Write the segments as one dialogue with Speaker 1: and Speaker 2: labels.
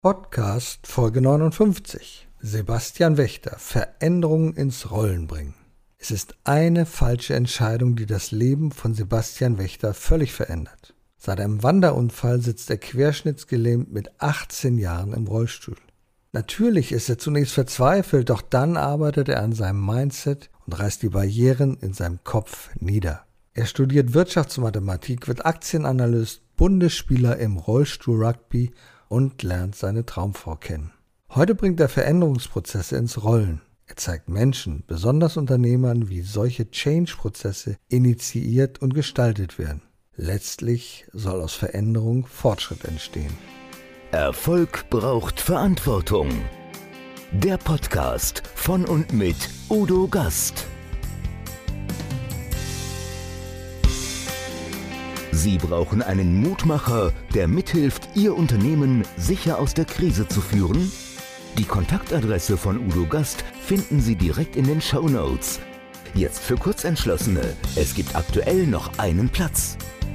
Speaker 1: Podcast Folge 59. Sebastian Wächter. Veränderungen ins Rollen bringen. Es ist eine falsche Entscheidung, die das Leben von Sebastian Wächter völlig verändert. Seit einem Wanderunfall sitzt er querschnittsgelähmt mit 18 Jahren im Rollstuhl. Natürlich ist er zunächst verzweifelt, doch dann arbeitet er an seinem Mindset und reißt die Barrieren in seinem Kopf nieder. Er studiert Wirtschaftsmathematik, wird Aktienanalyst, Bundesspieler im Rollstuhl-Rugby und lernt seine Traumfrau kennen. Heute bringt er Veränderungsprozesse ins Rollen. Er zeigt Menschen, besonders Unternehmern, wie solche Change-Prozesse initiiert und gestaltet werden. Letztlich soll aus Veränderung Fortschritt entstehen.
Speaker 2: Erfolg braucht Verantwortung. Der Podcast von und mit Udo Gast. Sie brauchen einen Mutmacher, der mithilft, Ihr Unternehmen sicher aus der Krise zu führen? Die Kontaktadresse von Udo Gast finden Sie direkt in den Shownotes. Jetzt für Kurzentschlossene. Es gibt aktuell noch einen Platz.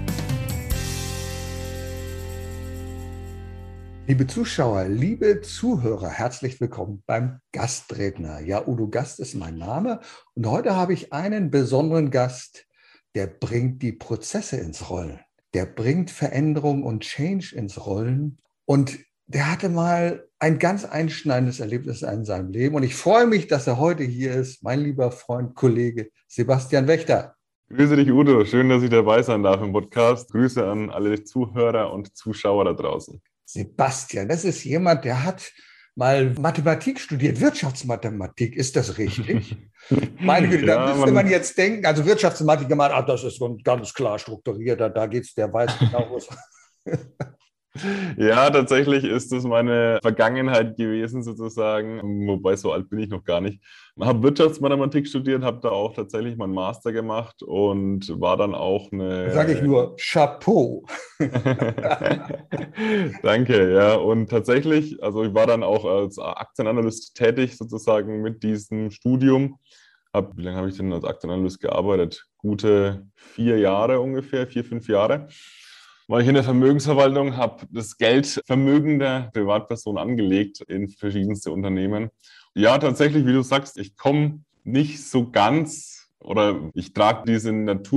Speaker 1: Liebe Zuschauer, liebe Zuhörer, herzlich willkommen beim Gastredner. Ja, Udo Gast ist mein Name und heute habe ich einen besonderen Gast, der bringt die Prozesse ins Rollen. Der bringt Veränderung und Change ins Rollen. Und der hatte mal ein ganz einschneidendes Erlebnis in seinem Leben. Und ich freue mich, dass er heute hier ist, mein lieber Freund, Kollege Sebastian Wächter.
Speaker 3: Grüße dich, Udo. Schön, dass ich dabei sein darf im Podcast. Grüße an alle Zuhörer und Zuschauer da draußen.
Speaker 1: Sebastian, das ist jemand, der hat mal Mathematik studiert, Wirtschaftsmathematik, ist das richtig? Meine Güte, da müsste man jetzt denken, also Wirtschaftsmathematik gemacht, das ist so ein ganz klar strukturierter, da geht's, der weiß genau, was.
Speaker 3: Ja, tatsächlich ist das meine Vergangenheit gewesen sozusagen, wobei so alt bin ich noch gar nicht. Ich habe Wirtschaftsmathematik studiert, habe da auch tatsächlich meinen Master gemacht und war dann auch eine...
Speaker 1: Sage ich nur, Chapeau.
Speaker 3: Danke, ja. Und tatsächlich, also ich war dann auch als Aktienanalyst tätig sozusagen mit diesem Studium. Wie lange habe ich denn als Aktienanalyst gearbeitet? Gute 4 Jahre ungefähr, 4, 5 Jahre. War ich in der Vermögensverwaltung, habe das Geld vermögender Privatpersonen angelegt in verschiedenste Unternehmen. Ja, tatsächlich, wie du sagst, ich komme nicht so ganz oder ich trage diese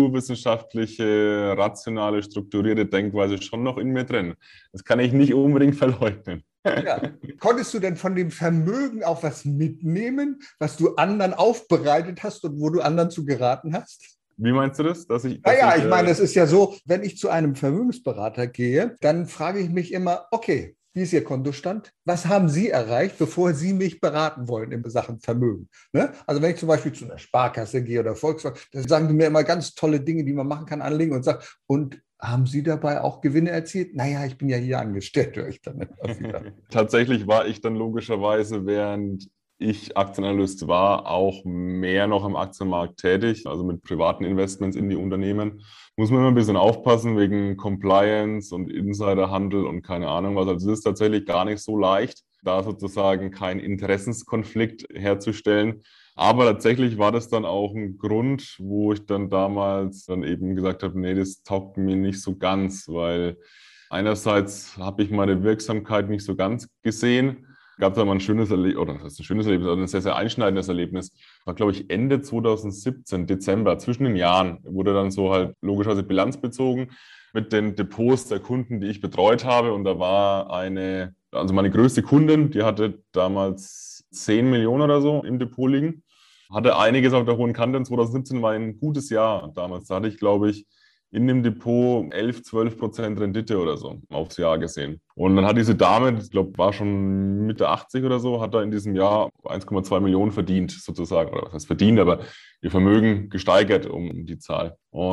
Speaker 3: naturwissenschaftliche, rationale, strukturierte Denkweise schon noch in mir drin. Das kann ich nicht unbedingt verleugnen.
Speaker 1: Ja. Konntest du denn von dem Vermögen auch was mitnehmen, was du anderen aufbereitet hast und wo du anderen zu geraten hast?
Speaker 3: Wie meinst du das?
Speaker 1: Ich meine, es ist ja so, wenn ich zu einem Vermögensberater gehe, dann frage ich mich immer, okay, wie ist Ihr Kontostand? Was haben Sie erreicht, bevor Sie mich beraten wollen in Sachen Vermögen? Ne? Also wenn ich zum Beispiel zu einer Sparkasse gehe oder Volkswagen, dann sagen die mir immer ganz tolle Dinge, die man machen kann, anlegen und sagen, und haben Sie dabei auch Gewinne erzielt? Naja, ich bin ja hier angestellt, höre ich dann immer wieder.
Speaker 3: Tatsächlich war ich dann logischerweise, während ich Aktienanalyst war, auch mehr noch am Aktienmarkt tätig, also mit privaten Investments in die Unternehmen. Muss man immer ein bisschen aufpassen wegen Compliance und Insiderhandel und keine Ahnung was. Also es ist tatsächlich gar nicht so leicht, da sozusagen keinen Interessenskonflikt herzustellen. Aber tatsächlich war das dann auch ein Grund, wo ich dann damals dann eben gesagt habe, nee, das taugt mir nicht so ganz, weil einerseits habe ich meine Wirksamkeit nicht so ganz gesehen. Gab es da mal ein schönes Erlebnis, oder das ist ein schönes Erlebnis, also ein sehr, sehr einschneidendes Erlebnis. War, glaube ich, Ende 2017, Dezember, zwischen den Jahren, wurde dann so halt logischerweise Bilanz bezogen mit den Depots der Kunden, die ich betreut habe. Und da war also meine größte Kundin, die hatte damals 10 Millionen oder so im Depot liegen. Hatte einiges auf der hohen Kante. Und 2017 war ein gutes Jahr damals. Da hatte ich, glaube ich, in dem Depot 11-12% Rendite oder so aufs Jahr gesehen. Und dann hat diese Dame, ich glaube, war schon Mitte 80 oder so, hat da in diesem Jahr 1,2 Millionen verdient sozusagen. Oder was heißt verdient, aber ihr Vermögen gesteigert um die Zahl.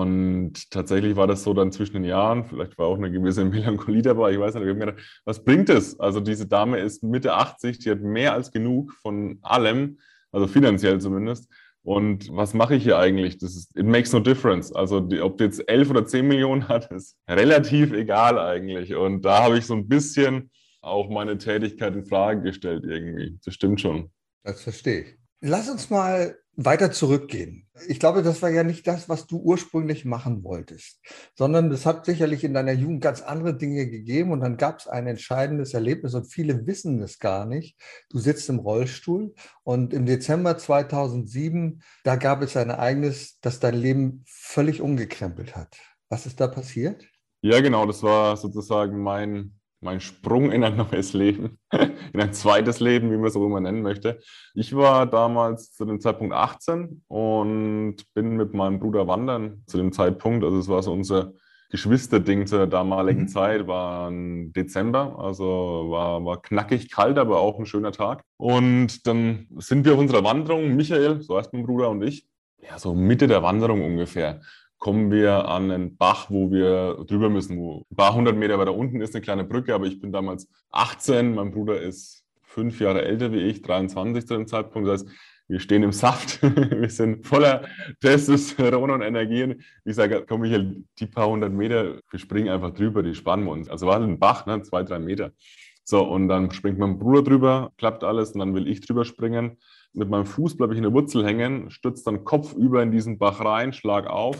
Speaker 3: Und tatsächlich war das so dann zwischen den Jahren, vielleicht war auch eine gewisse Melancholie dabei, ich weiß nicht, ich habe mir gedacht, was bringt es? Also diese Dame ist Mitte 80, die hat mehr als genug von allem, also finanziell zumindest. Und was mache ich hier eigentlich? It makes no difference. Also ob die jetzt 11 oder 10 Millionen hat, ist relativ egal eigentlich. Und da habe ich so ein bisschen auch meine Tätigkeit in Frage gestellt irgendwie. Das stimmt schon.
Speaker 1: Das verstehe ich. Lass uns mal weiter zurückgehen. Ich glaube, das war ja nicht das, was du ursprünglich machen wolltest, sondern es hat sicherlich in deiner Jugend ganz andere Dinge gegeben und dann gab es ein entscheidendes Erlebnis und viele wissen es gar nicht. Du sitzt im Rollstuhl und im Dezember 2007, da gab es ein Ereignis, das dein Leben völlig umgekrempelt hat. Was ist da passiert?
Speaker 3: Ja, genau, das war sozusagen mein Sprung in ein neues Leben, in ein zweites Leben, wie man es auch immer nennen möchte. Ich war damals zu dem Zeitpunkt 18 und bin mit meinem Bruder wandern zu dem Zeitpunkt. Also es war so unser Geschwisterding zur damaligen Zeit, war ein Dezember, also war knackig kalt, aber auch ein schöner Tag. Und dann sind wir auf unserer Wanderung, Michael, so heißt mein Bruder und ich, ja, so Mitte der Wanderung ungefähr, kommen wir an einen Bach, wo wir drüber müssen, wo ein paar hundert Meter weiter unten ist eine kleine Brücke, aber ich bin damals 18, mein Bruder ist 5 Jahre älter wie ich, 23 zu dem Zeitpunkt, das heißt, wir stehen im Saft, wir sind voller Testosteron und Energien. Ich sage, komm Michael, die paar hundert Meter, wir springen einfach drüber, die spannen wir uns. Also war ein Bach, ne, 2, 3 Meter. So, und dann springt mein Bruder drüber, klappt alles und dann will ich drüber springen. Mit meinem Fuß bleibe ich in der Wurzel hängen, stürze dann kopfüber in diesen Bach rein, schlag auf.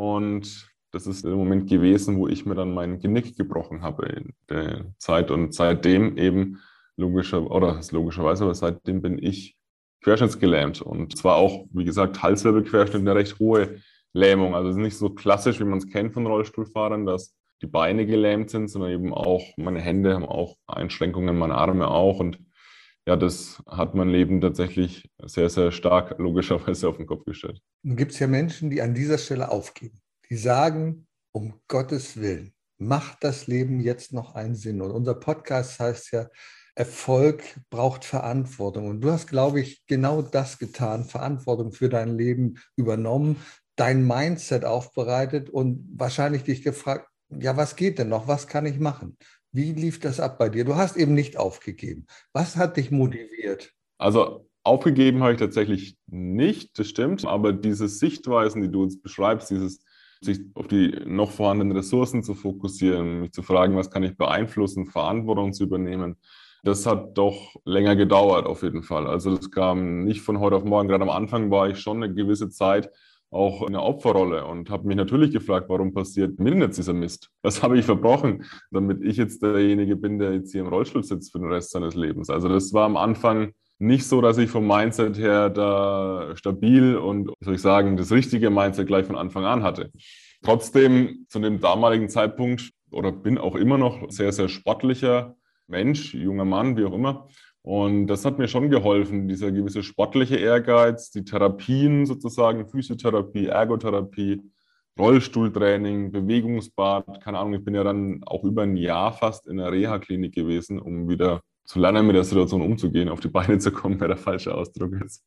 Speaker 3: Und das ist der Moment gewesen, wo ich mir dann mein Genick gebrochen habe in der Zeit. Und seitdem eben logischerweise, aber seitdem bin ich querschnittsgelähmt. Und zwar auch, wie gesagt, Halswirbelquerschnitt, eine recht hohe Lähmung. Also es ist nicht so klassisch, wie man es kennt von Rollstuhlfahrern, dass die Beine gelähmt sind, sondern eben auch meine Hände haben auch Einschränkungen, meine Arme auch. Und ja, das hat mein Leben tatsächlich sehr, sehr stark logischerweise auf den Kopf gestellt.
Speaker 1: Nun gibt es ja Menschen, die an dieser Stelle aufgeben. Die sagen, um Gottes Willen, macht das Leben jetzt noch einen Sinn? Und unser Podcast heißt ja, Erfolg braucht Verantwortung. Und du hast, glaube ich, genau das getan, Verantwortung für dein Leben übernommen, dein Mindset aufbereitet und wahrscheinlich dich gefragt, ja, was geht denn noch? Was kann ich machen? Wie lief das ab bei dir? Du hast eben nicht aufgegeben. Was hat dich motiviert?
Speaker 3: Also aufgegeben habe ich tatsächlich nicht, das stimmt. Aber diese Sichtweisen, die du jetzt beschreibst, dieses sich auf die noch vorhandenen Ressourcen zu fokussieren, mich zu fragen, was kann ich beeinflussen, Verantwortung zu übernehmen, das hat doch länger gedauert auf jeden Fall. Also das kam nicht von heute auf morgen. Gerade am Anfang war ich schon eine gewisse Zeit auch in der Opferrolle und habe mich natürlich gefragt, warum passiert mir denn jetzt dieser Mist? Was habe ich verbrochen, damit ich jetzt derjenige bin, der jetzt hier im Rollstuhl sitzt für den Rest seines Lebens? Also das war am Anfang nicht so, dass ich vom Mindset her da stabil und, wie soll ich sagen, das richtige Mindset gleich von Anfang an hatte. Trotzdem zu dem damaligen Zeitpunkt oder bin auch immer noch sehr, sehr sportlicher Mensch, junger Mann, wie auch immer. Und das hat mir schon geholfen, dieser gewisse sportliche Ehrgeiz, die Therapien sozusagen, Physiotherapie, Ergotherapie, Rollstuhltraining, Bewegungsbad, keine Ahnung, ich bin ja dann auch über ein Jahr fast in der Reha-Klinik gewesen, um wieder zu lernen, mit der Situation umzugehen, auf die Beine zu kommen, wer der falsche Ausdruck ist.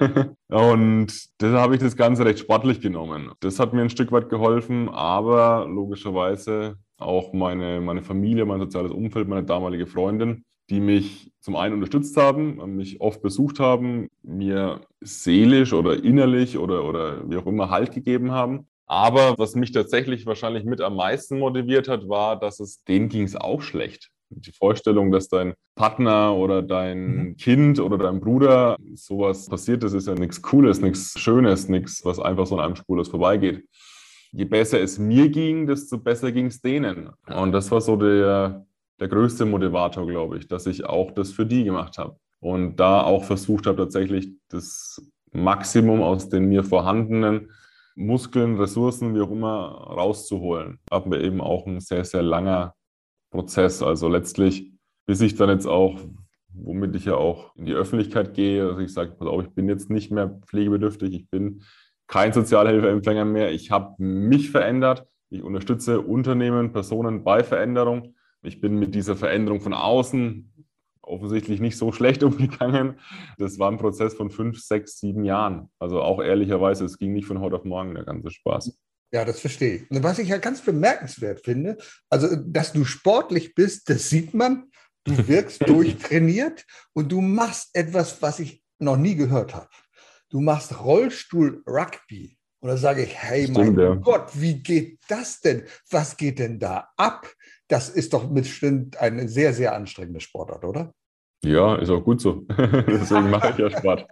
Speaker 3: Und deshalb habe ich das Ganze recht sportlich genommen. Das hat mir ein Stück weit geholfen, aber logischerweise auch meine Familie, mein soziales Umfeld, meine damalige Freundin, die mich zum einen unterstützt haben, mich oft besucht haben, mir seelisch oder innerlich oder wie auch immer Halt gegeben haben. Aber was mich tatsächlich wahrscheinlich mit am meisten motiviert hat, war, dass denen ging es auch schlecht. Die Vorstellung, dass dein Partner oder dein Kind oder dein Bruder sowas passiert ist ja nichts Cooles, nichts Schönes, nichts, was einfach so an einem spurlos vorbeigeht. Je besser es mir ging, desto besser ging es denen. Und das war so der größte Motivator, glaube ich, dass ich auch das für die gemacht habe. Und da auch versucht habe, tatsächlich das Maximum aus den mir vorhandenen Muskeln, Ressourcen, wie auch immer, rauszuholen. Aber eben auch ein sehr, sehr langer Prozess. Also letztlich, bis ich dann jetzt auch, womit ich ja auch in die Öffentlichkeit gehe, also ich sage, pass auf, ich bin jetzt nicht mehr pflegebedürftig, ich bin kein Sozialhilfeempfänger mehr, ich habe mich verändert, ich unterstütze Unternehmen, Personen bei Veränderung. Ich bin mit dieser Veränderung von außen offensichtlich nicht so schlecht umgegangen. Das war ein Prozess von 5, 6, 7 Jahren. Also auch ehrlicherweise, es ging nicht von heute auf morgen, der ganze Spaß.
Speaker 1: Ja, das verstehe ich. Und was ich ja ganz bemerkenswert finde, also dass du sportlich bist, das sieht man. Du wirkst durchtrainiert und du machst etwas, was ich noch nie gehört habe. Du machst Rollstuhl-Rugby. Und da sage ich, hey,
Speaker 3: Stimmt,
Speaker 1: mein
Speaker 3: ja.
Speaker 1: Gott, wie geht das denn? Was geht denn da ab? Das ist doch bestimmt eine sehr, sehr anstrengende Sportart, oder?
Speaker 3: Ja, ist auch gut so. Deswegen mache ich ja Sport.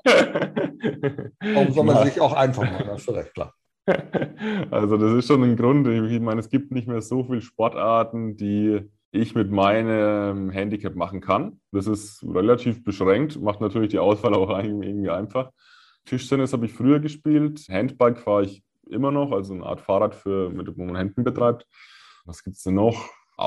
Speaker 1: Warum soll man sich auch einfach machen? Das ist recht klar.
Speaker 3: Also das ist schon ein Grund. Ich meine, es gibt nicht mehr so viele Sportarten, die ich mit meinem Handicap machen kann. Das ist relativ beschränkt, macht natürlich die Auswahl auch irgendwie einfach. Tischtennis habe ich früher gespielt, Handbike fahre ich immer noch, also eine Art Fahrrad, wo man Händen betreibt. Was gibt es denn noch?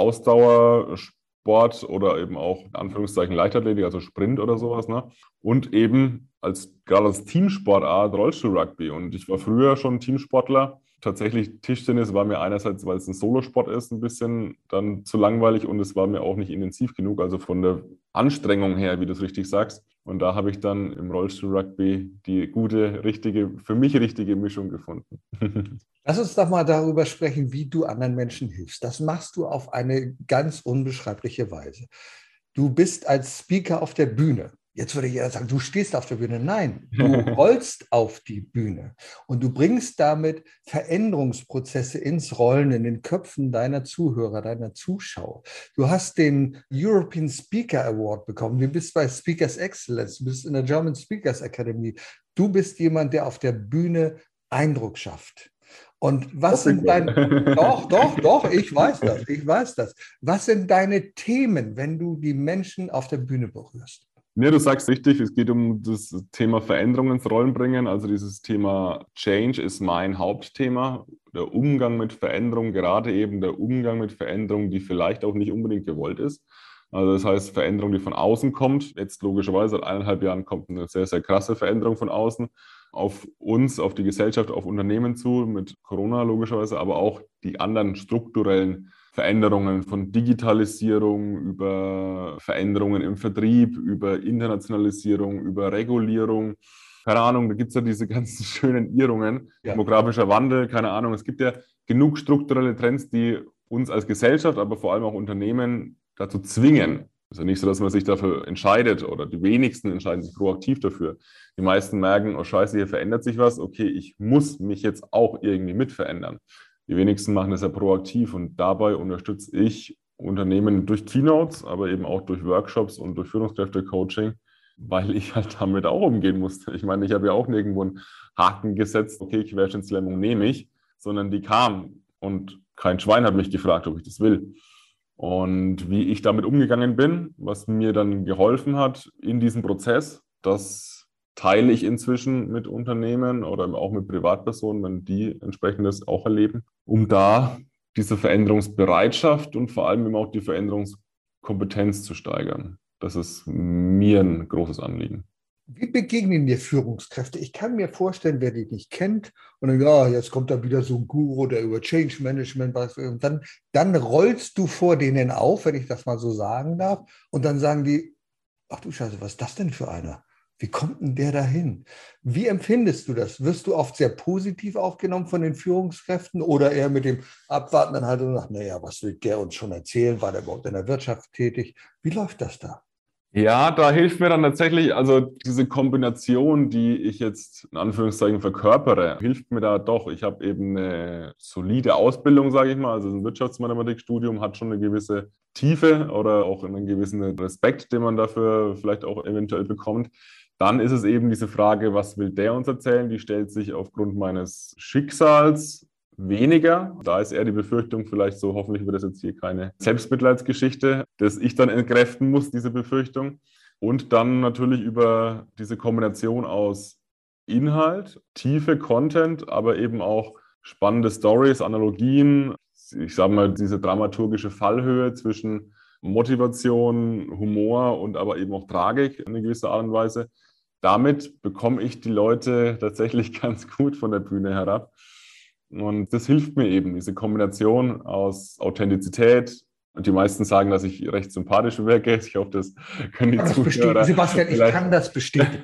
Speaker 3: Ausdauersport oder eben auch in Anführungszeichen Leichtathletik, also Sprint oder sowas, ne? Und eben gerade als Teamsportart Rollstuhl-Rugby. Und ich war früher schon Teamsportler. Tatsächlich Tischtennis war mir einerseits, weil es ein Solosport ist, ein bisschen dann zu langweilig und es war mir auch nicht intensiv genug, also von der Anstrengung her, wie du es richtig sagst. Und da habe ich dann im Rollstuhl-Rugby die gute, für mich richtige Mischung gefunden.
Speaker 1: Lass uns doch mal darüber sprechen, wie du anderen Menschen hilfst. Das machst du auf eine ganz unbeschreibliche Weise. Du bist als Speaker auf der Bühne. Jetzt würde ich eher sagen, du stehst auf der Bühne. Nein, du rollst auf die Bühne und du bringst damit Veränderungsprozesse ins Rollen in den Köpfen deiner Zuhörer, deiner Zuschauer. Du hast den European Speaker Award bekommen. Du bist bei Speakers Excellence, du bist in der German Speakers Academy. Du bist jemand, der auf der Bühne Eindruck schafft. Und was sind deine, doch, ich weiß das. Was sind deine Themen, wenn du die Menschen auf der Bühne berührst?
Speaker 3: Ja, du sagst richtig, es geht um das Thema Veränderung ins Rollen bringen. Also dieses Thema Change ist mein Hauptthema. Der Umgang mit Veränderung, gerade eben der Umgang mit Veränderung, die vielleicht auch nicht unbedingt gewollt ist. Also das heißt, Veränderung, die von außen kommt. Jetzt logischerweise seit 1,5 Jahren kommt eine sehr, sehr krasse Veränderung von außen auf uns, auf die Gesellschaft, auf Unternehmen zu, mit Corona logischerweise, aber auch die anderen strukturellen Veränderungen von Digitalisierung über Veränderungen im Vertrieb, über Internationalisierung, über Regulierung. Keine Ahnung, da gibt es ja diese ganzen schönen Irrungen, ja. Demografischer Wandel, keine Ahnung. Es gibt ja genug strukturelle Trends, die uns als Gesellschaft, aber vor allem auch Unternehmen dazu zwingen. Es ist ja nicht so, dass man sich dafür entscheidet oder die wenigsten entscheiden sich proaktiv dafür. Die meisten merken, oh Scheiße, hier verändert sich was. Okay, ich muss mich jetzt auch irgendwie mit verändern. Die wenigsten machen das ja proaktiv und dabei unterstütze ich Unternehmen durch Keynotes, aber eben auch durch Workshops und durch Führungskräfte-Coaching, weil ich halt damit auch umgehen musste. Ich meine, ich habe ja auch nirgendwo einen Haken gesetzt, okay, Querschnittslähmung nehme ich, sondern die kam und kein Schwein hat mich gefragt, ob ich das will. Und wie ich damit umgegangen bin, was mir dann geholfen hat in diesem Prozess, das teile ich inzwischen mit Unternehmen oder auch mit Privatpersonen, wenn die entsprechendes auch erleben, um da diese Veränderungsbereitschaft und vor allem eben auch die Veränderungskompetenz zu steigern. Das ist mir ein großes Anliegen.
Speaker 1: Wie begegnen dir Führungskräfte? Ich kann mir vorstellen, wer die nicht kennt und dann, ja, jetzt kommt da wieder so ein Guru, der über Change Management was, und dann rollst du vor denen auf, wenn ich das mal so sagen darf, und dann sagen die, ach du Scheiße, was ist das denn für einer? Wie kommt denn der dahin? Wie empfindest du das? Wirst du oft sehr positiv aufgenommen von den Führungskräften oder eher mit dem abwartenden Haltung nach, naja, was will der uns schon erzählen? War der überhaupt in der Wirtschaft tätig? Wie läuft das da?
Speaker 3: Ja, da hilft mir dann tatsächlich, also diese Kombination, die ich jetzt in Anführungszeichen verkörpere, hilft mir da doch. Ich habe eben eine solide Ausbildung, sage ich mal. Also ein Wirtschaftsmathematikstudium hat schon eine gewisse Tiefe oder auch einen gewissen Respekt, den man dafür vielleicht auch eventuell bekommt. Dann ist es eben diese Frage, was will der uns erzählen? Die stellt sich aufgrund meines Schicksals weniger. Da ist eher die Befürchtung, vielleicht so, hoffentlich wird das jetzt hier keine Selbstmitleidsgeschichte, dass ich dann entkräften muss, diese Befürchtung. Und dann natürlich über diese Kombination aus Inhalt, Tiefe, Content, aber eben auch spannende Stories, Analogien. Ich sage mal, diese dramaturgische Fallhöhe zwischen Motivation, Humor und aber eben auch Tragik in einer gewisser Art und Weise. Damit bekomme ich die Leute tatsächlich ganz gut von der Bühne herab. Und das hilft mir eben, diese Kombination aus Authentizität. Und die meisten sagen, dass ich recht sympathisch wirke. Ich hoffe, das können die Zuhörer.
Speaker 1: Sebastian, ich kann das bestätigen.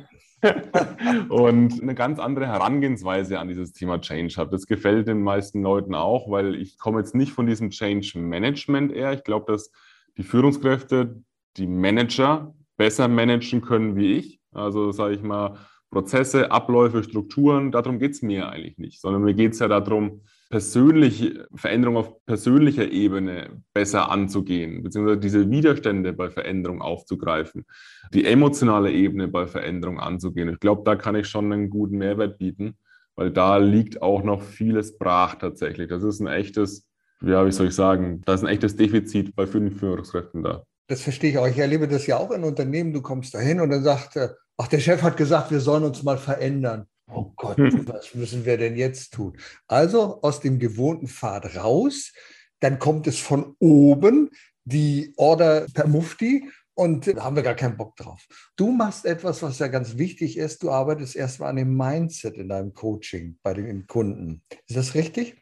Speaker 3: Und eine ganz andere Herangehensweise an dieses Thema Change habe. Das gefällt den meisten Leuten auch, weil ich komme jetzt nicht von diesem Change Management eher. Ich glaube, dass die Führungskräfte, die Manager besser managen können wie ich. Also sage ich mal, Prozesse, Abläufe, Strukturen, darum geht es mir eigentlich nicht, sondern mir geht es ja darum, Veränderung auf persönlicher Ebene besser anzugehen, beziehungsweise diese Widerstände bei Veränderung aufzugreifen, die emotionale Ebene bei Veränderung anzugehen. Ich glaube, da kann ich schon einen guten Mehrwert bieten, weil da liegt auch noch vieles brach tatsächlich. Das ist ein echtes, ja, wie soll ich sagen, da ist ein echtes Defizit bei vielen Führungskräften da.
Speaker 1: Das verstehe ich auch. Ich erlebe das ja auch in Unternehmen. Du kommst da hin und dann sagt, ach, der Chef hat gesagt, wir sollen uns mal verändern. Oh Gott, was müssen wir denn jetzt tun? Also aus dem gewohnten Pfad raus, dann kommt es von oben, die Order per Mufti, und da haben wir gar keinen Bock drauf. Du machst etwas, was ja ganz wichtig ist. Du arbeitest erstmal an dem Mindset in deinem Coaching bei den Kunden. Ist das richtig?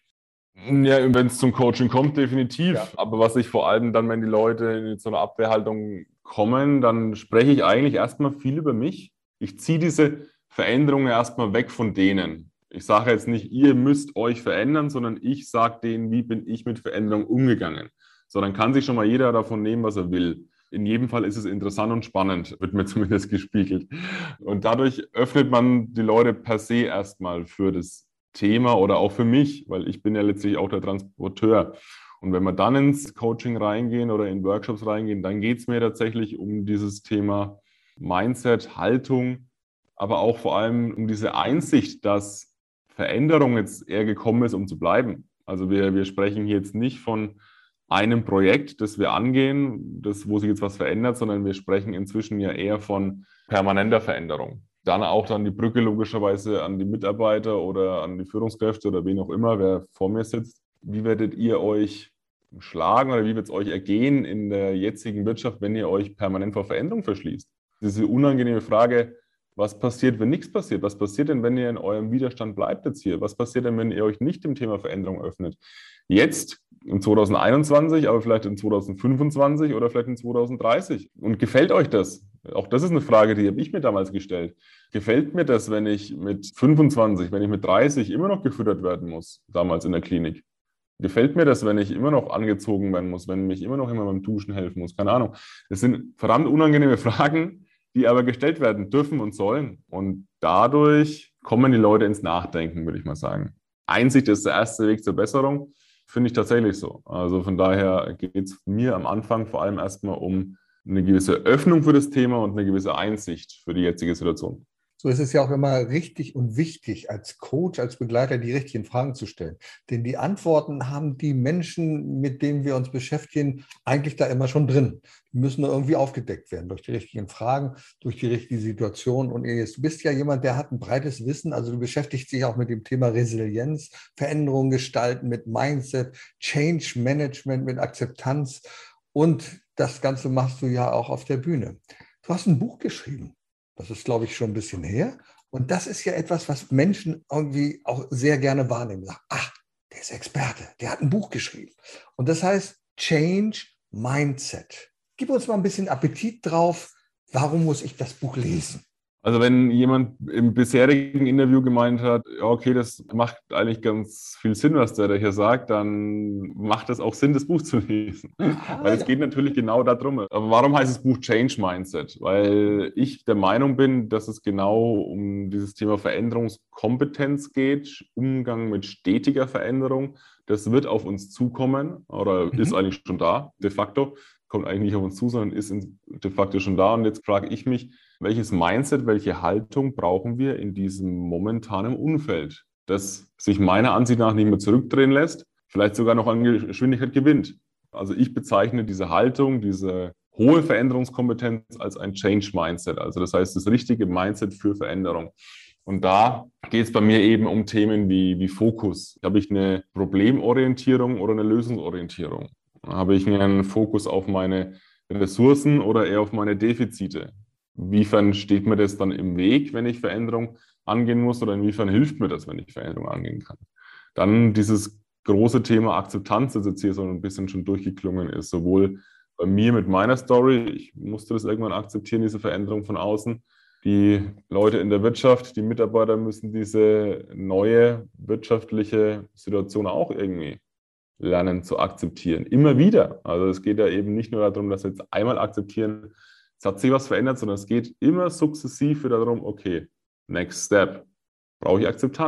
Speaker 3: Ja, wenn es zum Coaching kommt, definitiv.
Speaker 1: Ja.
Speaker 3: Aber was ich vor allem dann, wenn die Leute in so eine Abwehrhaltung kommen, dann spreche ich eigentlich erstmal viel über mich. Ich ziehe diese Veränderungen erstmal weg von denen. Ich sage jetzt nicht, ihr müsst euch verändern, sondern ich sage denen, wie bin ich mit Veränderung umgegangen. So, dann kann sich schon mal jeder davon nehmen, was er will. In jedem Fall ist es interessant und spannend, wird mir zumindest gespiegelt. Und dadurch öffnet man die Leute per se erstmal für das Thema oder auch für mich, weil ich bin ja letztlich auch der Transporteur. Und wenn wir dann ins Coaching reingehen oder in Workshops reingehen, dann geht es mir tatsächlich um dieses Thema Mindset, Haltung, aber auch vor allem um diese Einsicht, dass Veränderung jetzt eher gekommen ist, um zu bleiben. Also wir sprechen hier jetzt nicht von einem Projekt, das wir angehen, wo sich jetzt was verändert, sondern wir sprechen inzwischen ja eher von permanenter Veränderung. Dann auch dann die Brücke logischerweise an die Mitarbeiter oder an die Führungskräfte oder wen auch immer, wer vor mir sitzt. Wie werdet ihr euch schlagen oder wie wird es euch ergehen in der jetzigen Wirtschaft, wenn ihr euch permanent vor Veränderung verschließt? Diese unangenehme Frage, was passiert, wenn nichts passiert? Was passiert denn, wenn ihr in eurem Widerstand bleibt jetzt hier? Was passiert denn, wenn ihr euch nicht dem Thema Veränderung öffnet? Jetzt, in 2021, aber vielleicht in 2025 oder vielleicht in 2030. Und gefällt euch das? Auch das ist eine Frage, die habe ich mir damals gestellt. Gefällt mir das, wenn ich mit 25, wenn ich mit 30 immer noch gefüttert werden muss, damals in der Klinik? Gefällt mir das, wenn ich immer noch angezogen werden muss, wenn mich immer noch jemand beim Duschen helfen muss? Keine Ahnung. Das sind verdammt unangenehme Fragen, die aber gestellt werden dürfen und sollen. Und dadurch kommen die Leute ins Nachdenken, würde ich mal sagen. Einsicht ist der erste Weg zur Besserung, finde ich tatsächlich so. Also von daher geht es mir am Anfang vor allem erstmal um eine gewisse Öffnung für das Thema und eine gewisse Einsicht für die jetzige Situation.
Speaker 1: So ist es ja auch immer richtig und wichtig, als Coach, als Begleiter die richtigen Fragen zu stellen. Denn die Antworten haben die Menschen, mit denen wir uns beschäftigen, eigentlich da immer schon drin. Die müssen nur irgendwie aufgedeckt werden durch die richtigen Fragen, durch die richtige Situation. Und du bist ja jemand, der hat ein breites Wissen. Also du beschäftigst dich auch mit dem Thema Resilienz, Veränderungen gestalten, mit Mindset, Change Management, mit Akzeptanz. Und das Ganze machst du ja auch auf der Bühne. Du hast ein Buch geschrieben. Das ist, glaube ich, schon ein bisschen her. Und das ist ja etwas, was Menschen irgendwie auch sehr gerne wahrnehmen. Sagen, ach, der ist Experte, der hat ein Buch geschrieben. Und das heißt Change Mindset. Gib uns mal ein bisschen Appetit drauf. Warum muss ich das Buch lesen?
Speaker 3: Also wenn jemand im bisherigen Interview gemeint hat, ja, okay, das macht eigentlich ganz viel Sinn, was der da hier sagt, dann macht es auch Sinn, das Buch zu lesen. Weil es geht natürlich genau darum. Aber warum heißt das Buch Change Mindset? Weil ich der Meinung bin, dass es genau um dieses Thema Veränderungskompetenz geht, Umgang mit stetiger Veränderung. Das wird auf uns zukommen oder ist eigentlich schon da, de facto. Kommt eigentlich nicht auf uns zu, sondern ist de facto schon da. Und jetzt frage ich mich, welches Mindset, welche Haltung brauchen wir in diesem momentanen Umfeld, das sich meiner Ansicht nach nicht mehr zurückdrehen lässt, vielleicht sogar noch an Geschwindigkeit gewinnt. Also ich bezeichne diese Haltung, diese hohe Veränderungskompetenz als ein Change-Mindset. Also das heißt, das richtige Mindset für Veränderung. Und da geht es bei mir eben um Themen wie Fokus. Habe ich eine Problemorientierung oder eine Lösungsorientierung? Habe ich einen Fokus auf meine Ressourcen oder eher auf meine Defizite? Inwiefern steht mir das dann im Weg, wenn ich Veränderung angehen muss, oder inwiefern hilft mir das, wenn ich Veränderung angehen kann? Dann dieses große Thema Akzeptanz, das jetzt hier so ein bisschen schon durchgeklungen ist, sowohl bei mir mit meiner Story, ich musste das irgendwann akzeptieren, diese Veränderung von außen. Die Leute in der Wirtschaft, die Mitarbeiter müssen diese neue wirtschaftliche Situation auch irgendwie lernen zu akzeptieren. Immer wieder. Also es geht ja eben nicht nur darum, dass wir jetzt einmal akzeptieren, es hat sich was verändert, sondern es geht immer sukzessiv wieder darum, okay, next step. Brauche ich Akzeptanz?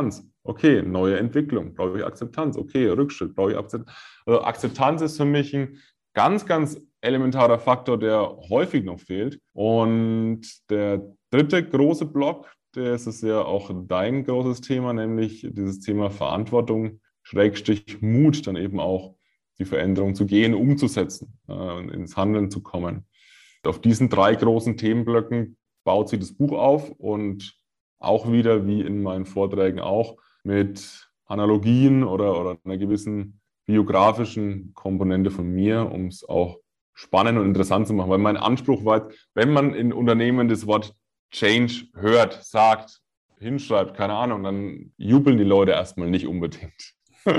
Speaker 3: Okay, neue Entwicklung, brauche ich Akzeptanz. Okay, Rückschritt, brauche ich Akzeptanz. Also Akzeptanz ist für mich ein ganz, ganz elementarer Faktor, der häufig noch fehlt. Und der dritte große Block, das ist ja auch dein großes Thema, nämlich dieses Thema Verantwortung, Schrägstrich Mut, dann eben auch die Veränderung zu gehen, umzusetzen, ins Handeln zu kommen. Auf diesen 3 großen Themenblöcken baut sich das Buch auf und auch wieder, wie in meinen Vorträgen auch, mit Analogien oder einer gewissen biografischen Komponente von mir, um es auch spannend und interessant zu machen. Weil mein Anspruch war, wenn man in Unternehmen das Wort Change hört, sagt, hinschreibt, keine Ahnung, dann jubeln die Leute erstmal nicht unbedingt.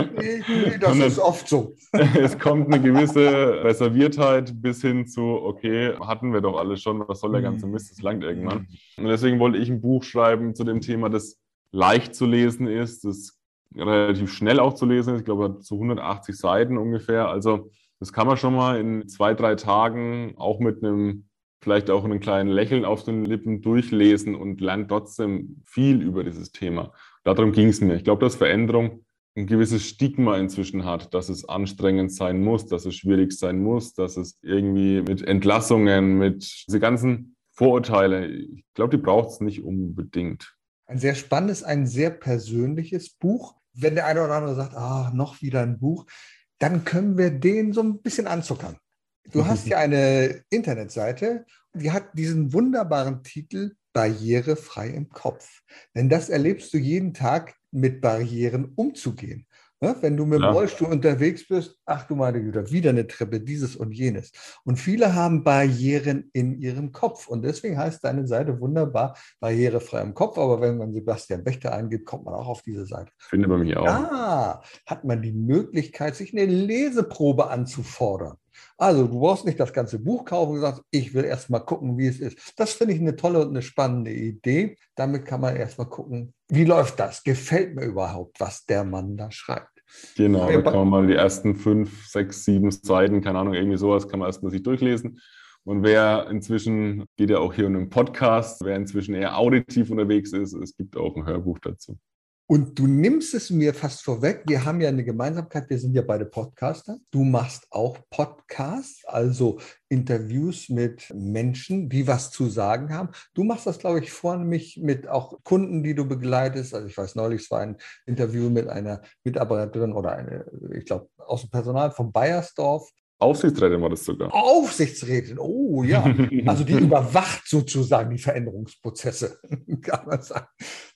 Speaker 1: Nee, das ist oft so.
Speaker 3: Es kommt eine gewisse Reserviertheit bis hin zu, okay, hatten wir doch alles schon, was soll der ganze Mist, das langt irgendwann. Und deswegen wollte ich ein Buch schreiben zu dem Thema, das leicht zu lesen ist, das relativ schnell auch zu lesen ist, ich glaube, zu 180 Seiten ungefähr. Also das kann man schon mal in 2, 3 Tagen auch mit vielleicht auch einem kleinen Lächeln auf den Lippen durchlesen und lernt trotzdem viel über dieses Thema. Darum ging es mir. Ich glaube, dass Veränderung ein gewisses Stigma inzwischen hat, dass es anstrengend sein muss, dass es schwierig sein muss, dass es irgendwie mit Entlassungen, mit diese ganzen Vorurteile, ich glaube, die braucht es nicht unbedingt.
Speaker 1: Ein sehr spannendes, ein sehr persönliches Buch. Wenn der eine oder andere sagt, noch wieder ein Buch, dann können wir den so ein bisschen anzuckern. Du hast ja eine Internetseite, die hat diesen wunderbaren Titel Barrierefrei im Kopf. Denn das erlebst du jeden Tag, mit Barrieren umzugehen. Wenn du mit dem Rollstuhl unterwegs bist, ach du meine Güte, wieder eine Treppe, dieses und jenes. Und viele haben Barrieren in ihrem Kopf. Und deswegen heißt deine Seite wunderbar Barrierefrei im Kopf. Aber wenn man Sebastian Wächter eingibt, kommt man auch auf diese Seite.
Speaker 3: Finde bei mir auch.
Speaker 1: Hat man die Möglichkeit, sich eine Leseprobe anzufordern. Also du brauchst nicht das ganze Buch kaufen und sagst, ich will erst mal gucken, wie es ist. Das finde ich eine tolle und eine spannende Idee. Damit kann man erst mal gucken, wie läuft das? Gefällt mir überhaupt, was der Mann da schreibt?
Speaker 3: Genau, da kann man mal die ersten 5, 6, 7 Seiten, keine Ahnung, irgendwie sowas, kann man erstmal sich durchlesen. Und wer inzwischen, geht ja auch hier um einen Podcast, wer inzwischen eher auditiv unterwegs ist, es gibt auch ein Hörbuch dazu.
Speaker 1: Und du nimmst es mir fast vorweg. Wir haben ja eine Gemeinsamkeit. Wir sind ja beide Podcaster. Du machst auch Podcasts, also Interviews mit Menschen, die was zu sagen haben. Du machst das, glaube ich, vornehmlich mit auch Kunden, die du begleitest. Also ich weiß, neulich war ein Interview mit einer Mitarbeiterin oder ich glaube, aus dem Personal von Bayersdorf.
Speaker 3: Aufsichtsrätin war das sogar.
Speaker 1: Aufsichtsrätin, oh ja. Also die überwacht sozusagen die Veränderungsprozesse, kann man sagen.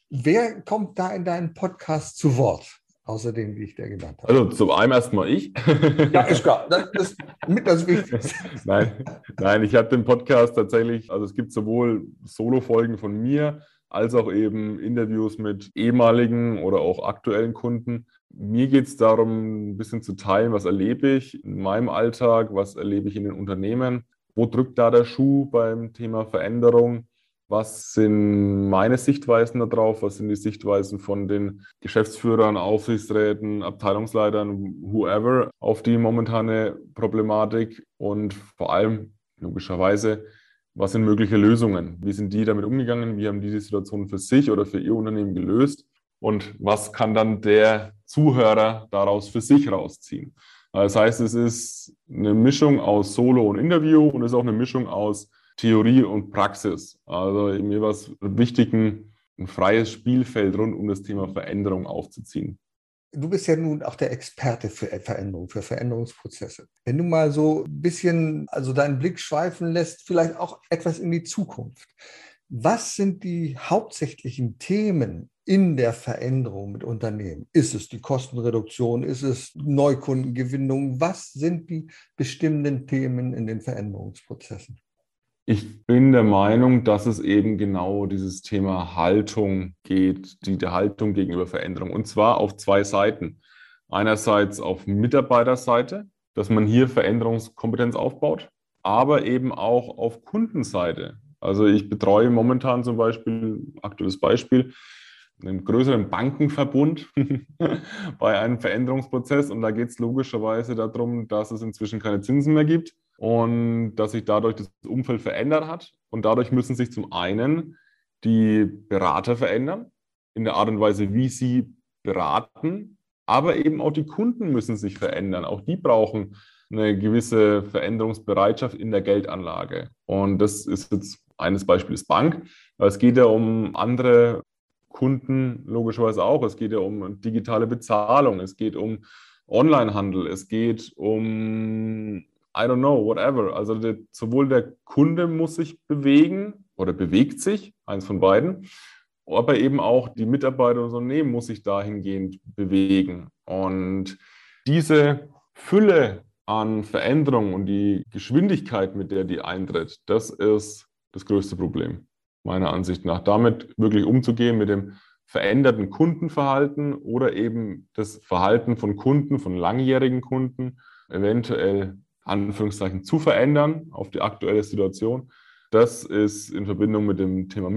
Speaker 1: Wer kommt da in deinem Podcast zu Wort, außer denen, die ich dir genannt habe?
Speaker 3: Also zum einen erstmal ich.
Speaker 1: Ja, ist klar. Das ist mit das Wichtigste.
Speaker 3: Nein, ich habe den Podcast tatsächlich, also es gibt sowohl Solo-Folgen von mir, als auch eben Interviews mit ehemaligen oder auch aktuellen Kunden. Mir geht es darum, ein bisschen zu teilen, was erlebe ich in meinem Alltag, was erlebe ich in den Unternehmen, wo drückt da der Schuh beim Thema Veränderung. Was sind meine Sichtweisen darauf? Was sind die Sichtweisen von den Geschäftsführern, Aufsichtsräten, Abteilungsleitern, whoever auf die momentane Problematik? Und vor allem, logischerweise, was sind mögliche Lösungen? Wie sind die damit umgegangen? Wie haben die die Situation für sich oder für ihr Unternehmen gelöst? Und was kann dann der Zuhörer daraus für sich rausziehen? Das heißt, es ist eine Mischung aus Solo und Interview und es ist auch eine Mischung aus Theorie und Praxis. Also mir war es wichtig, ein freies Spielfeld rund um das Thema Veränderung aufzuziehen.
Speaker 1: Du bist ja nun auch der Experte für Veränderung, für Veränderungsprozesse. Wenn du mal so ein bisschen deinen Blick schweifen lässt, vielleicht auch etwas in die Zukunft. Was sind die hauptsächlichen Themen in der Veränderung mit Unternehmen? Ist es die Kostenreduktion? Ist es Neukundengewinnung? Was sind die bestimmenden Themen in den Veränderungsprozessen?
Speaker 3: Ich bin der Meinung, dass es eben genau dieses Thema Haltung geht, die Haltung gegenüber Veränderung. Und zwar auf 2 Seiten. Einerseits auf Mitarbeiterseite, dass man hier Veränderungskompetenz aufbaut, aber eben auch auf Kundenseite. Also ich betreue momentan zum Beispiel, aktuelles Beispiel, einen größeren Bankenverbund bei einem Veränderungsprozess. Und da geht es logischerweise darum, dass es inzwischen keine Zinsen mehr gibt und dass sich dadurch das Umfeld verändert hat. Und dadurch müssen sich zum einen die Berater verändern, in der Art und Weise, wie sie beraten, aber eben auch die Kunden müssen sich verändern. Auch die brauchen eine gewisse Veränderungsbereitschaft in der Geldanlage. Und das ist jetzt eines Beispiels Bank. Aber es geht ja um andere Kunden logischerweise auch. Es geht ja um digitale Bezahlung. Es geht um Onlinehandel. Es geht um, I don't know, whatever. Also sowohl der Kunde muss sich bewegen oder bewegt sich, eins von beiden, aber eben auch die Mitarbeiter und Unternehmen muss sich dahingehend bewegen. Und diese Fülle an Veränderungen und die Geschwindigkeit, mit der die eintritt, das ist das größte Problem, meiner Ansicht nach. Damit wirklich umzugehen mit dem veränderten Kundenverhalten oder eben das Verhalten von Kunden, von langjährigen Kunden, eventuell Anführungszeichen zu verändern auf die aktuelle Situation. Das ist in Verbindung mit dem Thema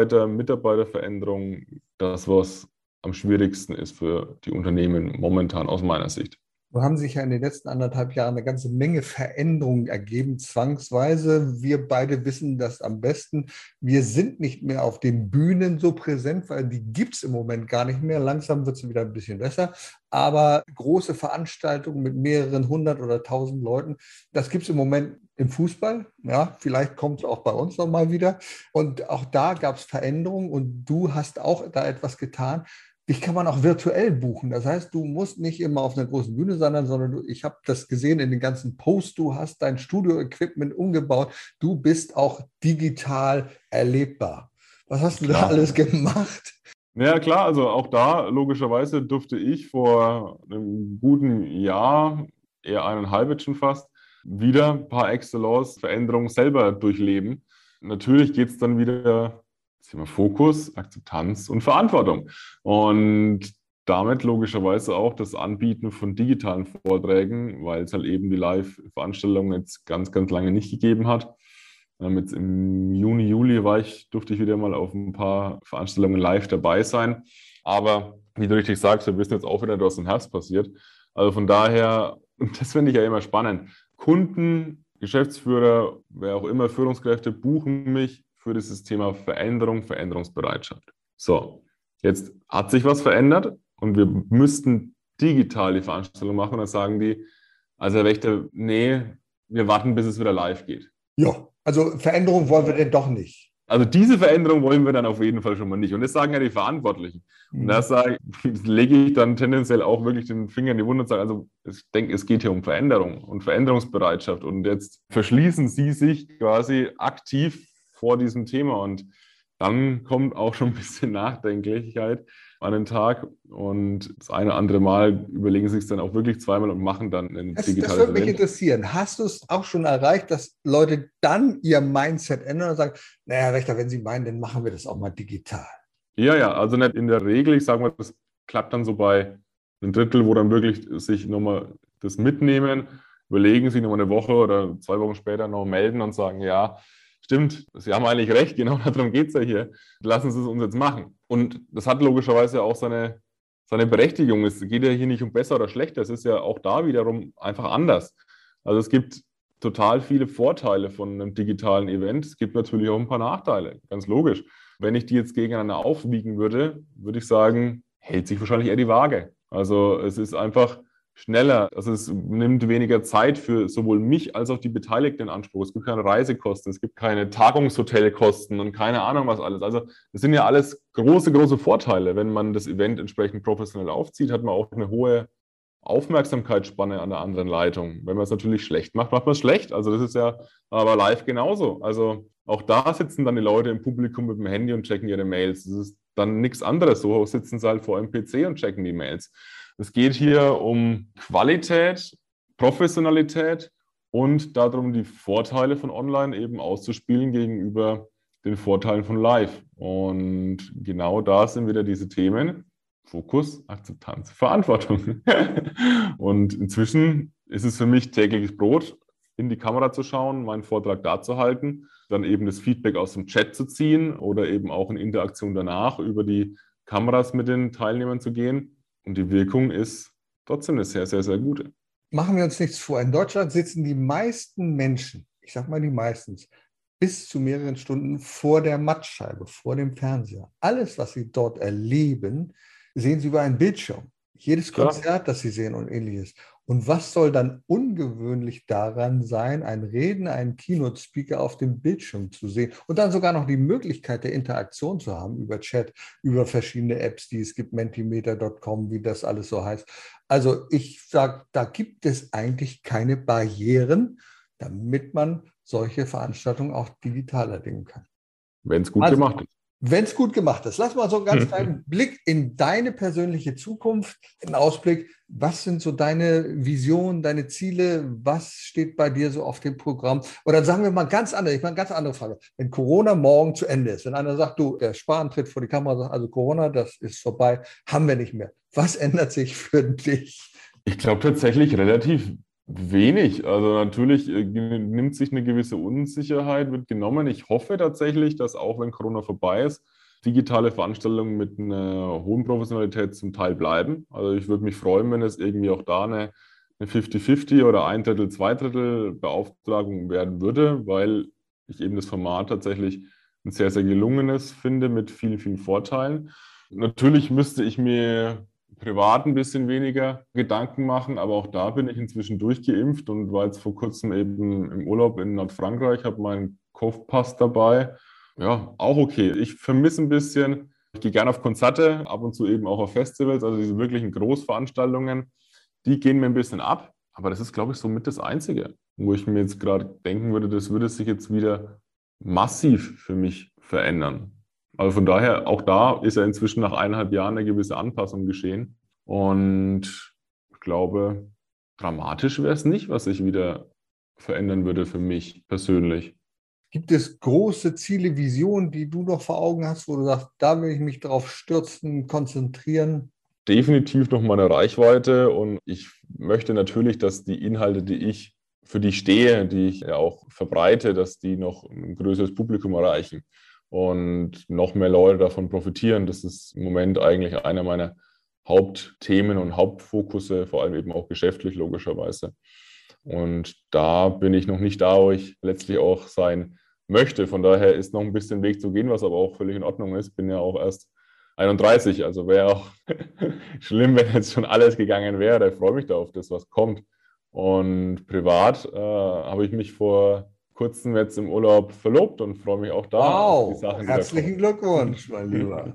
Speaker 3: Mitarbeiterveränderung das, was am schwierigsten ist für die Unternehmen momentan aus meiner Sicht.
Speaker 1: So haben sich ja in den letzten 1,5 Jahren eine ganze Menge Veränderungen ergeben, zwangsweise. Wir beide wissen das am besten. Wir sind nicht mehr auf den Bühnen so präsent, weil die gibt es im Moment gar nicht mehr. Langsam wird es wieder ein bisschen besser. Aber große Veranstaltungen mit mehreren 100 oder 1.000 Leuten, das gibt es im Moment im Fußball. Ja, vielleicht kommt es auch bei uns nochmal wieder. Und auch da gab es Veränderungen und du hast auch da etwas getan. Dich kann man auch virtuell buchen. Das heißt, du musst nicht immer auf einer großen Bühne sein, sondern ich habe das gesehen in den ganzen Posts, du hast dein Studio-Equipment umgebaut. Du bist auch digital erlebbar. Was hast du da alles gemacht?
Speaker 3: Ja, klar, also auch da logischerweise durfte ich vor einem guten Jahr, eher 1,5 jetzt schon fast, wieder ein paar Excellence-Veränderungen selber durchleben. Natürlich geht es dann wieder Thema Fokus, Akzeptanz und Verantwortung. Und damit logischerweise auch das Anbieten von digitalen Vorträgen, weil es halt eben die Live-Veranstaltungen jetzt ganz, ganz lange nicht gegeben hat. Jetzt im Juni, Juli durfte ich wieder mal auf ein paar Veranstaltungen live dabei sein. Aber wie du richtig sagst, wir wissen jetzt auch wieder, was im Herbst passiert. Also von daher, und das finde ich ja immer spannend, Kunden, Geschäftsführer, wer auch immer, Führungskräfte buchen mich für dieses Thema Veränderung, Veränderungsbereitschaft. So, jetzt hat sich was verändert und wir müssten digital die Veranstaltung machen und dann sagen die, also Herr Wächter, nee, wir warten, bis es wieder live geht.
Speaker 1: Ja, also Veränderung wollen wir denn doch nicht.
Speaker 3: Also diese Veränderung wollen wir dann auf jeden Fall schon mal nicht. Und das sagen ja die Verantwortlichen. Und das lege ich dann tendenziell auch wirklich den Finger in die Wunde und sage, also ich denke, es geht hier um Veränderung und Veränderungsbereitschaft. Und jetzt verschließen Sie sich quasi aktiv vor diesem Thema. Und dann kommt auch schon ein bisschen Nachdenklichkeit an den Tag. Und das eine oder andere Mal überlegen sie es dann auch wirklich zweimal und machen dann ein digitales Event.
Speaker 1: Das würde mich interessieren. Hast du es auch schon erreicht, dass Leute dann ihr Mindset ändern und sagen, naja, Herr Wächter, wenn Sie meinen, dann machen wir das auch mal digital?
Speaker 3: Ja, also nicht in der Regel, ich sage mal, das klappt dann so bei einem Drittel, wo dann wirklich sich nochmal das mitnehmen, überlegen, sich nochmal eine Woche oder 2 Wochen später noch melden und sagen, ja, stimmt, Sie haben eigentlich recht, genau darum geht es ja hier. Lassen Sie es uns jetzt machen. Und das hat logischerweise auch seine Berechtigung. Es geht ja hier nicht um besser oder schlechter, es ist ja auch da wiederum einfach anders. Also es gibt total viele Vorteile von einem digitalen Event. Es gibt natürlich auch ein paar Nachteile, ganz logisch. Wenn ich die jetzt gegeneinander aufwiegen würde, würde ich sagen, hält sich wahrscheinlich eher die Waage. Also es ist einfach schneller, also es nimmt weniger Zeit für sowohl mich als auch die Beteiligten in Anspruch. Es gibt keine Reisekosten, es gibt keine Tagungshotelkosten und keine Ahnung was alles. Also das sind ja alles große, große Vorteile. Wenn man das Event entsprechend professionell aufzieht, hat man auch eine hohe Aufmerksamkeitsspanne an der anderen Leitung. Wenn man es natürlich schlecht macht, macht man es schlecht. Also das ist ja aber live genauso. Also auch da sitzen dann die Leute im Publikum mit dem Handy und checken ihre Mails. Das ist dann nichts anderes. So sitzen sie halt vor einem PC und checken die Mails. Es geht hier um Qualität, Professionalität und darum, die Vorteile von Online eben auszuspielen gegenüber den Vorteilen von Live. Und genau da sind wieder diese Themen: Fokus, Akzeptanz, Verantwortung. Und inzwischen ist es für mich tägliches Brot, in die Kamera zu schauen, meinen Vortrag da zu halten, dann eben das Feedback aus dem Chat zu ziehen oder eben auch in Interaktion danach über die Kameras mit den Teilnehmern zu gehen. Und die Wirkung ist trotzdem eine sehr, sehr, sehr gute.
Speaker 1: Machen wir uns nichts vor. In Deutschland sitzen die meisten Menschen, ich sage mal die meisten, bis zu mehreren Stunden vor der Mattscheibe, vor dem Fernseher. Alles, was sie dort erleben, sehen sie über einen Bildschirm. Jedes
Speaker 3: Klar.
Speaker 1: Konzert, das sie sehen und ähnliches. Und was soll dann ungewöhnlich daran sein, ein Redner, einen Keynote-Speaker auf dem Bildschirm zu sehen und dann sogar noch die Möglichkeit der Interaktion zu haben über Chat, über verschiedene Apps, die es gibt, mentimeter.com, wie das alles so heißt. Also ich sage, da gibt es eigentlich keine Barrieren, damit man solche Veranstaltungen auch digital erleben kann.
Speaker 3: Wenn es gut
Speaker 1: Also,
Speaker 3: gemacht ist.
Speaker 1: wenn es gut gemacht ist. Lass mal so einen ganz kleinen Blick in deine persönliche Zukunft, einen Ausblick. Was sind so deine Visionen, deine Ziele? Was steht bei dir so auf dem Programm? Oder sagen wir mal ganz andere, ich meine, ganz andere Frage. Wenn Corona morgen zu Ende ist, wenn einer sagt, du, der Spahn tritt vor die Kamera und sagt, also Corona, das ist vorbei, haben wir nicht mehr. Was ändert sich für dich?
Speaker 3: Ich glaube tatsächlich relativ wenig. Also natürlich nimmt sich eine gewisse Unsicherheit, wird genommen. Ich hoffe tatsächlich, dass auch wenn Corona vorbei ist, digitale Veranstaltungen mit einer hohen Professionalität zum Teil bleiben. Also ich würde mich freuen, wenn es irgendwie auch da eine 50-50 oder ein Drittel, zwei Drittel Beauftragung werden würde, weil ich eben das Format tatsächlich ein sehr, sehr gelungenes finde mit vielen, vielen Vorteilen. Natürlich müsste ich mir privat ein bisschen weniger Gedanken machen, aber auch da bin ich inzwischen durchgeimpft und war jetzt vor kurzem eben im Urlaub in Nordfrankreich, habe meinen Kopfpass dabei. Ja, auch okay. Ich vermisse ein bisschen, ich gehe gerne auf Konzerte, ab und zu eben auch auf Festivals, also diese wirklichen Großveranstaltungen, die gehen mir ein bisschen ab, aber das ist, glaube ich, somit das Einzige, wo ich mir jetzt gerade denken würde, das würde sich jetzt wieder massiv für mich verändern. Also von daher, auch da ist ja inzwischen nach 1,5 Jahren eine gewisse Anpassung geschehen. Und ich glaube, dramatisch wäre es nicht, was sich wieder verändern würde für mich persönlich.
Speaker 1: Gibt es große Ziele, Visionen, die du noch vor Augen hast, wo du sagst, da will ich mich drauf stürzen, konzentrieren?
Speaker 3: Definitiv noch meine Reichweite und ich möchte natürlich, dass die Inhalte, für die ich stehe, die ich ja auch verbreite, dass die noch ein größeres Publikum erreichen und noch mehr Leute davon profitieren. Das ist im Moment eigentlich einer meiner Hauptthemen und Hauptfokusse, vor allem eben auch geschäftlich logischerweise. Und da bin ich noch nicht da, wo ich letztlich auch sein möchte. Von daher ist noch ein bisschen Weg zu gehen, was aber auch völlig in Ordnung ist. Bin ja auch erst 31, also wäre auch schlimm, wenn jetzt schon alles gegangen wäre. Ich freue mich da auf das, was kommt. Und privat habe ich mich vor kurzem jetzt im Urlaub verlobt und freue mich auch da auf die
Speaker 1: Wow,
Speaker 3: Sachen, die da
Speaker 1: herzlichen
Speaker 3: kommen.
Speaker 1: Glückwunsch, mein Lieber.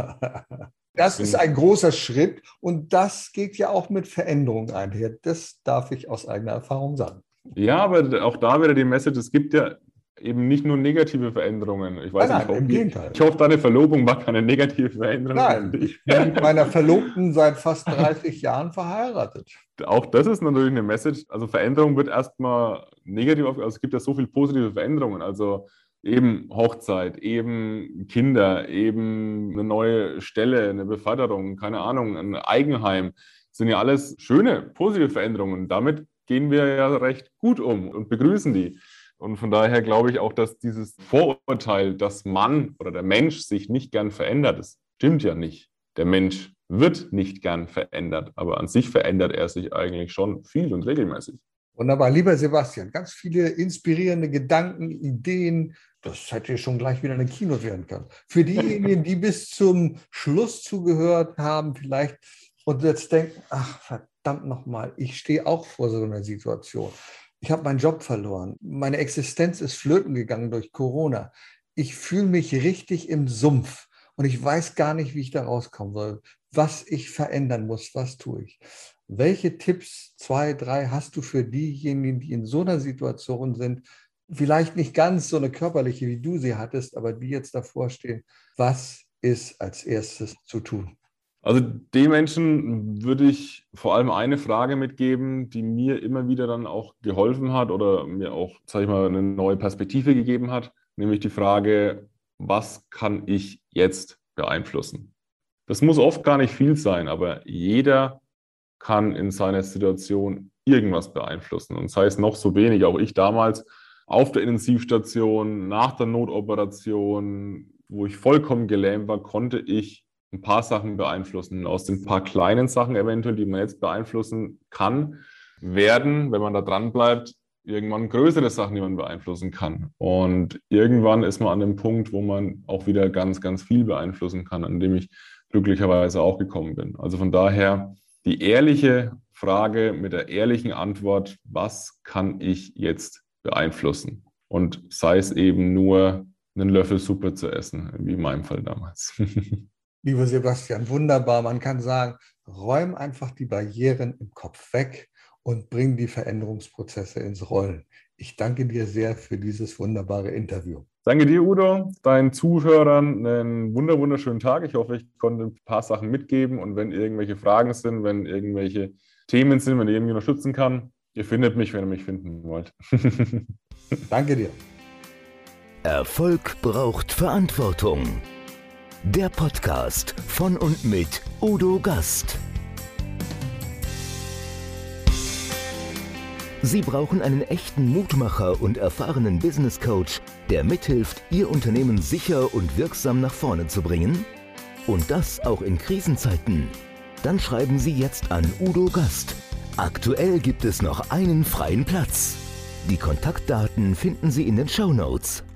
Speaker 1: Das ist ein großer Schritt und das geht ja auch mit Veränderungen einher. Das darf ich aus eigener Erfahrung sagen.
Speaker 3: Ja, aber auch da wieder die Message, es gibt ja eben nicht nur negative Veränderungen. Ich weiß nicht,
Speaker 1: Nein, im Gegenteil.
Speaker 3: ich hoffe, deine Verlobung war keine negative Veränderung für
Speaker 1: Nein,
Speaker 3: dich.
Speaker 1: ich bin mit meiner Verlobten seit fast 30 Jahren verheiratet.
Speaker 3: Auch das ist natürlich eine Message. Also Veränderung wird erstmal negativ also es gibt ja so viele positive Veränderungen. Also eben Hochzeit, eben Kinder, eben eine neue Stelle, eine Beförderung, keine Ahnung, ein Eigenheim. Das sind ja alles schöne, positive Veränderungen. Damit gehen wir ja recht gut um und begrüßen die. Und von daher glaube ich auch, dass dieses Vorurteil, dass man oder der Mensch sich nicht gern verändert, das stimmt ja nicht. Der Mensch wird nicht gern verändert, aber an sich verändert er sich eigentlich schon viel und regelmäßig.
Speaker 1: Wunderbar, lieber Sebastian, ganz viele inspirierende Gedanken, Ideen. Das hätte schon gleich wieder eine Keynote werden können. Für diejenigen, die bis zum Schluss zugehört haben, vielleicht und jetzt denken, ach verdammt nochmal, ich stehe auch vor so einer Situation. Ich habe meinen Job verloren. Meine Existenz ist flöten gegangen durch Corona. Ich fühle mich richtig im Sumpf und ich weiß gar nicht, wie ich da rauskommen soll, was ich verändern muss, was tue ich. Welche Tipps, 2, 3, hast du für diejenigen, die in so einer Situation sind, vielleicht nicht ganz so eine körperliche, wie du sie hattest, aber die jetzt davor stehen? Was ist als erstes zu tun?
Speaker 3: Also den Menschen würde ich vor allem eine Frage mitgeben, die mir immer wieder dann auch geholfen hat oder mir auch, sage ich mal, eine neue Perspektive gegeben hat, nämlich die Frage, was kann ich jetzt beeinflussen? Das muss oft gar nicht viel sein, aber jeder kann in seiner Situation irgendwas beeinflussen. Und sei es noch so wenig, auch ich damals auf der Intensivstation, nach der Notoperation, wo ich vollkommen gelähmt war, konnte ich ein paar Sachen beeinflussen. Aus den paar kleinen Sachen eventuell, die man jetzt beeinflussen kann, werden, wenn man da dran bleibt, irgendwann größere Sachen, die man beeinflussen kann. Und irgendwann ist man an dem Punkt, wo man auch wieder ganz, ganz viel beeinflussen kann, indem ich glücklicherweise auch gekommen bin. Also von daher die ehrliche Frage mit der ehrlichen Antwort, was kann ich jetzt beeinflussen? Und sei es eben nur einen Löffel Suppe zu essen, wie in meinem Fall damals.
Speaker 1: Lieber Sebastian, wunderbar. Man kann sagen, räum einfach die Barrieren im Kopf weg und bring die Veränderungsprozesse ins Rollen. Ich danke dir sehr für dieses wunderbare Interview.
Speaker 3: Danke dir, Udo, deinen Zuhörern einen wunderschönen Tag. Ich hoffe, ich konnte ein paar Sachen mitgeben und wenn irgendwelche Fragen sind, wenn irgendwelche Themen sind, wenn ich irgendwie unterstützen kann, ihr findet mich, wenn ihr mich finden wollt.
Speaker 1: Danke dir.
Speaker 2: Erfolg braucht Verantwortung. Der Podcast von und mit Udo Gast. Sie brauchen einen echten Mutmacher und erfahrenen Business Coach, der mithilft, Ihr Unternehmen sicher und wirksam nach vorne zu bringen? Und das auch in Krisenzeiten? Dann schreiben Sie jetzt an Udo Gast. Aktuell gibt es noch einen freien Platz. Die Kontaktdaten finden Sie in den Shownotes.